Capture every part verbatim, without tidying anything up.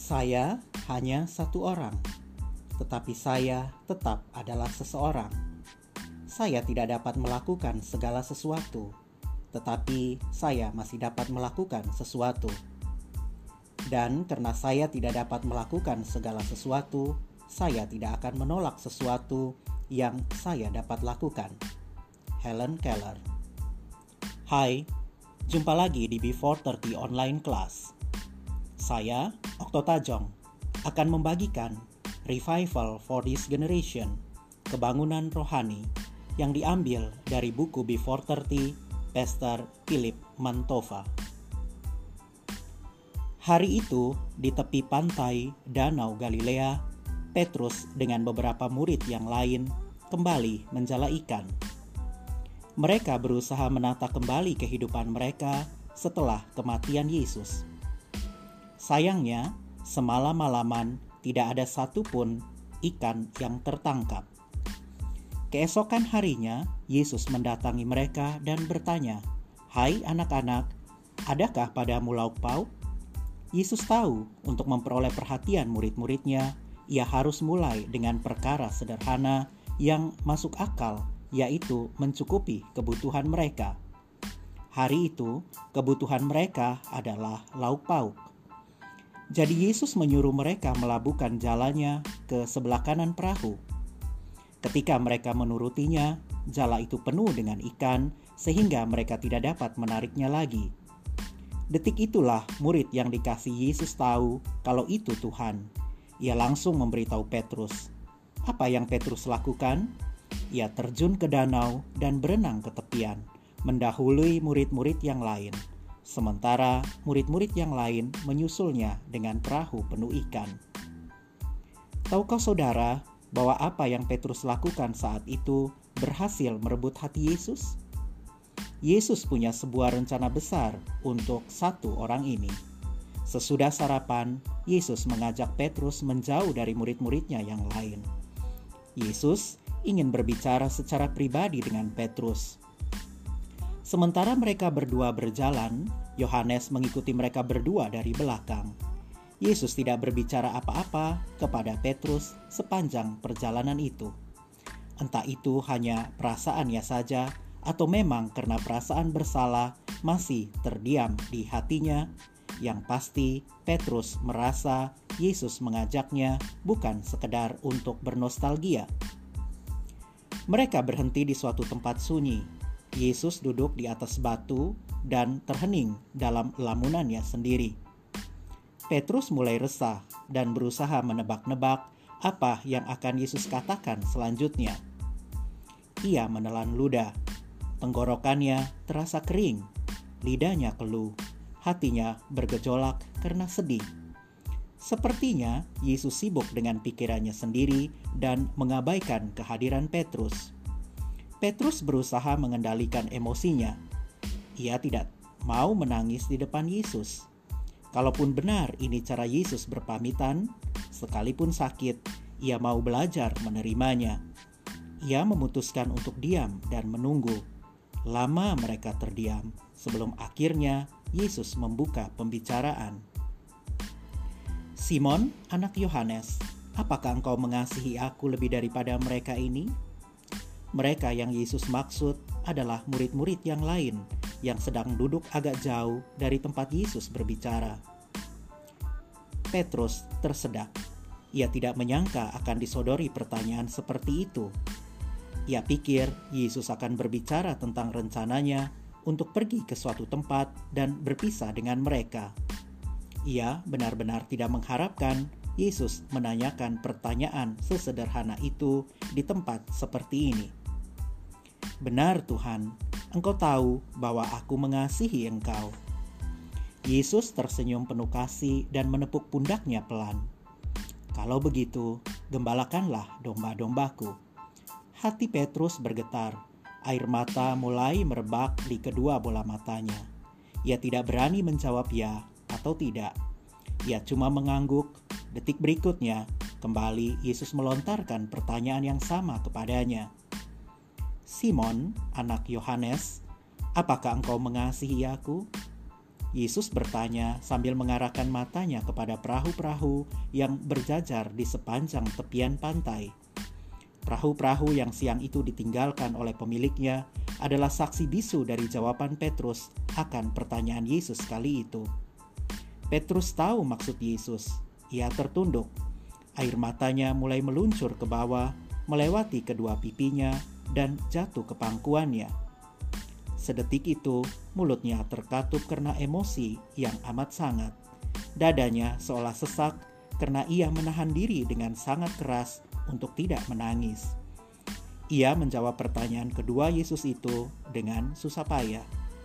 Saya hanya satu orang, tetapi saya tetap adalah seseorang. Saya tidak dapat melakukan segala sesuatu, tetapi saya masih dapat melakukan sesuatu. Dan karena saya tidak dapat melakukan segala sesuatu, saya tidak akan menolak sesuatu yang saya dapat lakukan. Helen Keller. Hai, jumpa lagi di Before thirty Online Class. Saya, Okto Tajong, akan membagikan Revival for this Generation, kebangunan rohani yang diambil dari buku Before thirty, Pastor Philip Mantova. Hari itu, di tepi pantai Danau Galilea, Petrus dengan beberapa murid yang lain kembali menjala ikan. Mereka berusaha menata kembali kehidupan mereka setelah kematian Yesus. Sayangnya, semalam-malaman tidak ada satupun ikan yang tertangkap. Keesokan harinya, Yesus mendatangi mereka dan bertanya, "Hai anak-anak, adakah padamu lauk pauk?" Yesus tahu untuk memperoleh perhatian murid-muridnya, ia harus mulai dengan perkara sederhana yang masuk akal, yaitu mencukupi kebutuhan mereka. Hari itu, kebutuhan mereka adalah lauk pauk. Jadi Yesus menyuruh mereka melabuhkan jalannya ke sebelah kanan perahu. Ketika mereka menurutinya, jala itu penuh dengan ikan sehingga mereka tidak dapat menariknya lagi. Detik itulah murid yang dikasih Yesus tahu kalau itu Tuhan. Ia langsung memberitahu Petrus. Apa yang Petrus lakukan? Ia terjun ke danau dan berenang ke tepian, mendahului murid-murid yang lain. Sementara murid-murid yang lain menyusulnya dengan perahu penuh ikan. Tahukah saudara bahwa apa yang Petrus lakukan saat itu berhasil merebut hati Yesus? Yesus punya sebuah rencana besar untuk satu orang ini. Sesudah sarapan, Yesus mengajak Petrus menjauh dari murid-muridnya yang lain. Yesus ingin berbicara secara pribadi dengan Petrus. Sementara mereka berdua berjalan, Yohanes mengikuti mereka berdua dari belakang. Yesus tidak berbicara apa-apa kepada Petrus sepanjang perjalanan itu. Entah itu hanya perasaannya saja, atau memang karena perasaan bersalah masih terdiam di hatinya. Yang pasti, Petrus merasa Yesus mengajaknya bukan sekedar untuk bernostalgia. Mereka berhenti di suatu tempat sunyi. Yesus duduk di atas batu dan terhening dalam lamunannya sendiri. Petrus mulai resah dan berusaha menebak-nebak apa yang akan Yesus katakan selanjutnya. Ia menelan ludah. Tenggorokannya terasa kering, lidahnya keluh, hatinya bergejolak karena sedih. Sepertinya Yesus sibuk dengan pikirannya sendiri dan mengabaikan kehadiran Petrus. Petrus berusaha mengendalikan emosinya. Ia tidak mau menangis di depan Yesus. Kalaupun benar ini cara Yesus berpamitan, sekalipun sakit, ia mau belajar menerimanya. Ia memutuskan untuk diam dan menunggu. Lama mereka terdiam sebelum akhirnya Yesus membuka pembicaraan. "Simon, anak Yohanes, apakah engkau mengasihi aku lebih daripada mereka ini?" Mereka yang Yesus maksud adalah murid-murid yang lain yang sedang duduk agak jauh dari tempat Yesus berbicara. Petrus tersedak. Ia tidak menyangka akan disodori pertanyaan seperti itu. Ia pikir Yesus akan berbicara tentang rencananya untuk pergi ke suatu tempat dan berpisah dengan mereka. Ia benar-benar tidak mengharapkan Yesus menanyakan pertanyaan sesederhana itu di tempat seperti ini. "Benar Tuhan, Engkau tahu bahwa aku mengasihi Engkau." Yesus tersenyum penuh kasih dan menepuk pundaknya pelan. "Kalau begitu, gembalakanlah domba-dombaku." Hati Petrus bergetar, air mata mulai merebak di kedua bola matanya. Ia tidak berani menjawab ya atau tidak. Ia cuma mengangguk. Detik berikutnya, kembali Yesus melontarkan pertanyaan yang sama kepadanya. "Simon, anak Yohanes, apakah engkau mengasihi aku?" Yesus bertanya sambil mengarahkan matanya kepada perahu-perahu yang berjajar di sepanjang tepian pantai. Perahu-perahu yang siang itu ditinggalkan oleh pemiliknya adalah saksi bisu dari jawaban Petrus akan pertanyaan Yesus kali itu. Petrus tahu maksud Yesus. Ia tertunduk. Air matanya mulai meluncur ke bawah, melewati kedua pipinya, dan jatuh ke pangkuannya. Sedetik itu, mulutnya terkatup karena emosi yang amat sangat. Dadanya seolah sesak karena ia menahan diri dengan sangat keras untuk tidak menangis. Ia menjawab pertanyaan kedua Yesus itu dengan susah payah.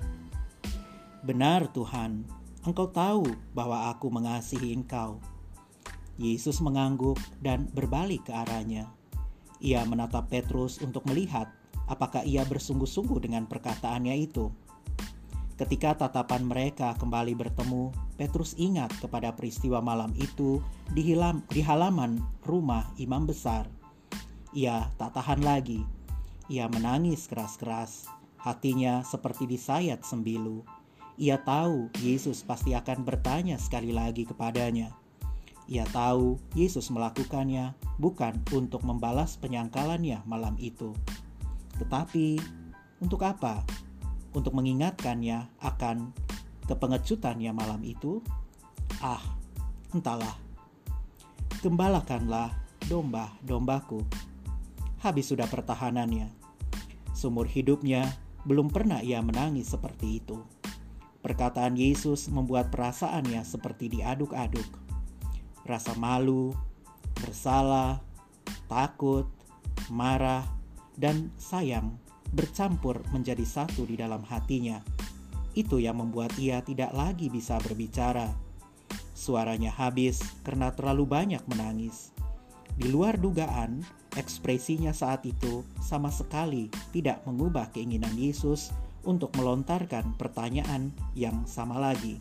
"Benar Tuhan, Engkau tahu bahwa aku mengasihi Engkau." Yesus mengangguk dan berbalik ke arahnya. Ia menatap Petrus untuk melihat apakah ia bersungguh-sungguh dengan perkataannya itu. Ketika tatapan mereka kembali bertemu, Petrus ingat kepada peristiwa malam itu di, hilam, di halaman rumah imam besar. Ia tak tahan lagi. Ia menangis keras-keras. Hatinya seperti disayat sembilu. Ia tahu Yesus pasti akan bertanya sekali lagi kepadanya. Ia tahu Yesus melakukannya bukan untuk membalas penyangkalannya malam itu. Tetapi untuk apa? Untuk mengingatkannya akan kepengecutannya malam itu? Ah, entahlah. "Gembalakanlah domba-dombaku." Habis sudah pertahanannya. Seumur hidupnya belum pernah ia menangis seperti itu. Perkataan Yesus membuat perasaannya seperti diaduk-aduk. Rasa malu, bersalah, takut, marah, dan sayang bercampur menjadi satu di dalam hatinya. Itu yang membuat ia tidak lagi bisa berbicara. Suaranya habis karena terlalu banyak menangis. Di luar dugaan, ekspresinya saat itu sama sekali tidak mengubah keinginan Yesus untuk melontarkan pertanyaan yang sama lagi.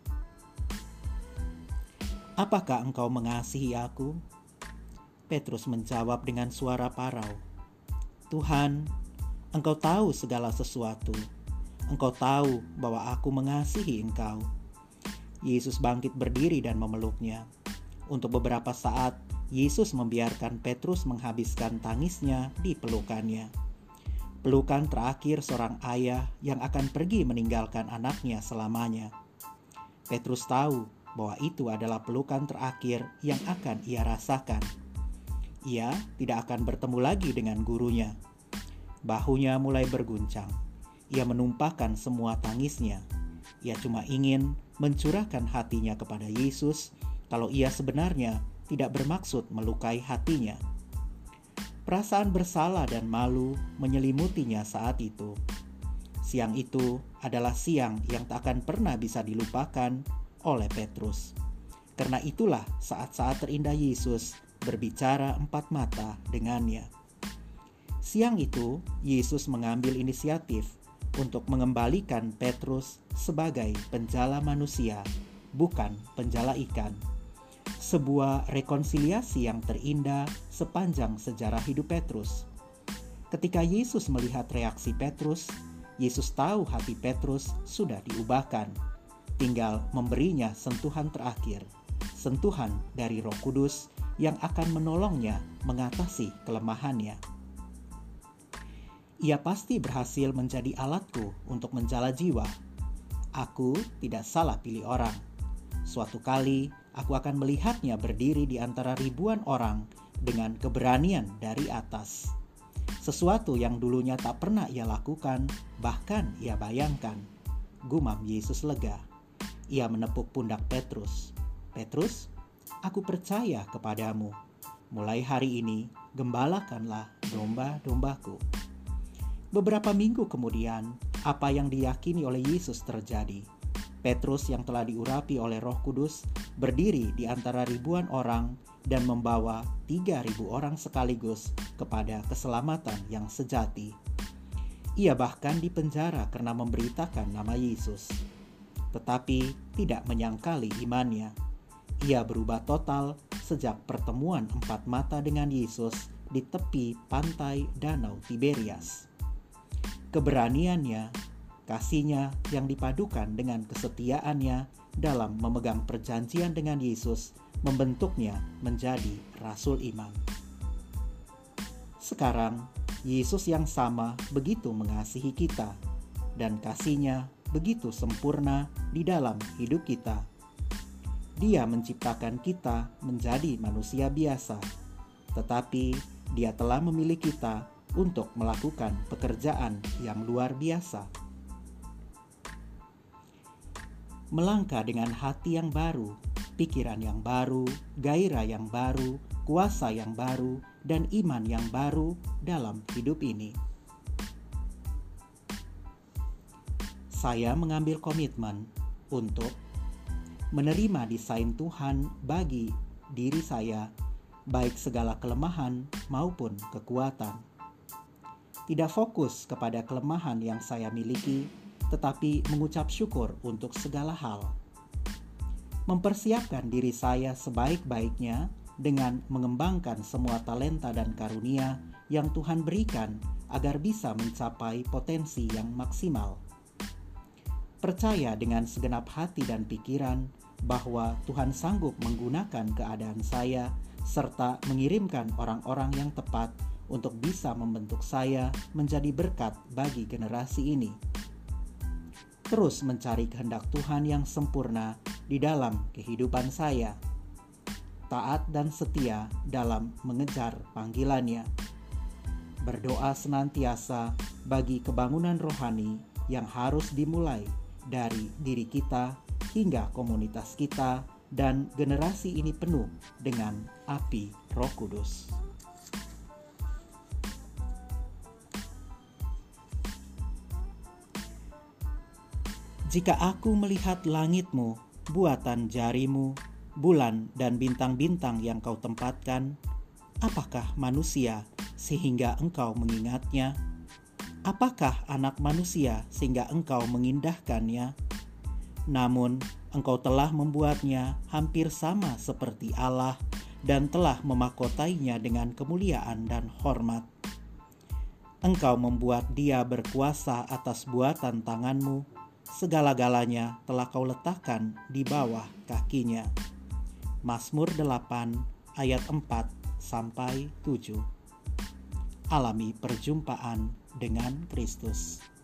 "Apakah engkau mengasihi aku?" Petrus menjawab dengan suara parau. "Tuhan, Engkau tahu segala sesuatu. Engkau tahu bahwa aku mengasihi Engkau." Yesus bangkit berdiri dan memeluknya. Untuk beberapa saat, Yesus membiarkan Petrus menghabiskan tangisnya di pelukannya. Pelukan terakhir seorang ayah yang akan pergi meninggalkan anaknya selamanya. Petrus tahu bahwa itu adalah pelukan terakhir yang akan ia rasakan. Ia tidak akan bertemu lagi dengan gurunya. Bahunya mulai berguncang. Ia menumpahkan semua tangisnya. Ia cuma ingin mencurahkan hatinya kepada Yesus kalau ia sebenarnya tidak bermaksud melukai hatinya. Perasaan bersalah dan malu menyelimutinya saat itu. Siang itu adalah siang yang tak akan pernah bisa dilupakan oleh Petrus. Karena itulah saat-saat terindah Yesus berbicara empat mata dengannya. Siang itu, Yesus mengambil inisiatif untuk mengembalikan Petrus sebagai penjala manusia, bukan penjala ikan. Sebuah rekonsiliasi yang terindah sepanjang sejarah hidup Petrus. Ketika Yesus melihat reaksi Petrus, Yesus tahu hati Petrus sudah diubahkan. Tinggal memberinya sentuhan terakhir, sentuhan dari Roh Kudus yang akan menolongnya mengatasi kelemahannya. "Ia pasti berhasil menjadi alatku untuk menjala jiwa. Aku tidak salah pilih orang. Suatu kali aku akan melihatnya berdiri di antara ribuan orang dengan keberanian dari atas. Sesuatu yang dulunya tak pernah ia lakukan, bahkan ia bayangkan." Gumam Yesus lega. Ia menepuk pundak Petrus. "Petrus, aku percaya kepadamu. Mulai hari ini, gembalakanlah domba-dombaku." Beberapa minggu kemudian, apa yang diyakini oleh Yesus terjadi. Petrus yang telah diurapi oleh Roh Kudus berdiri di antara ribuan orang dan membawa tiga ribu orang sekaligus kepada keselamatan yang sejati. Ia bahkan dipenjara karena memberitakan nama Yesus. Tetapi tidak menyangkali imannya. Ia berubah total sejak pertemuan empat mata dengan Yesus di tepi pantai Danau Tiberias. Keberaniannya, kasihnya yang dipadukan dengan kesetiaannya dalam memegang perjanjian dengan Yesus membentuknya menjadi rasul iman. Sekarang, Yesus yang sama begitu mengasihi kita, dan kasih-Nya begitu sempurna di dalam hidup kita. Dia menciptakan kita menjadi manusia biasa, tetapi Dia telah memilih kita untuk melakukan pekerjaan yang luar biasa. Melangkah dengan hati yang baru, pikiran yang baru, gairah yang baru, kuasa yang baru, dan iman yang baru dalam hidup ini. Saya mengambil komitmen untuk menerima desain Tuhan bagi diri saya, baik segala kelemahan maupun kekuatan. Tidak fokus kepada kelemahan yang saya miliki, tetapi mengucap syukur untuk segala hal. Mempersiapkan diri saya sebaik-baiknya dengan mengembangkan semua talenta dan karunia yang Tuhan berikan agar bisa mencapai potensi yang maksimal. Percaya dengan segenap hati dan pikiran bahwa Tuhan sanggup menggunakan keadaan saya serta mengirimkan orang-orang yang tepat untuk bisa membentuk saya menjadi berkat bagi generasi ini. Terus mencari kehendak Tuhan yang sempurna di dalam kehidupan saya. Taat dan setia dalam mengejar panggilannya. Berdoa senantiasa bagi kebangunan rohani yang harus dimulai dari diri kita hingga komunitas kita dan generasi ini penuh dengan api Roh Kudus. Jika aku melihat langitmu, buatan jarimu, bulan dan bintang-bintang yang kau tempatkan, apakah manusia sehingga engkau mengingatnya? Apakah anak manusia sehingga engkau mengindahkannya? Namun engkau telah membuatnya hampir sama seperti Allah dan telah memakotainya dengan kemuliaan dan hormat. Engkau membuat dia berkuasa atas buatan tanganmu, segala-galanya telah kau letakkan di bawah kakinya. Mazmur delapan ayat empat sampai tujuh. Alami perjumpaan dengan Kristus.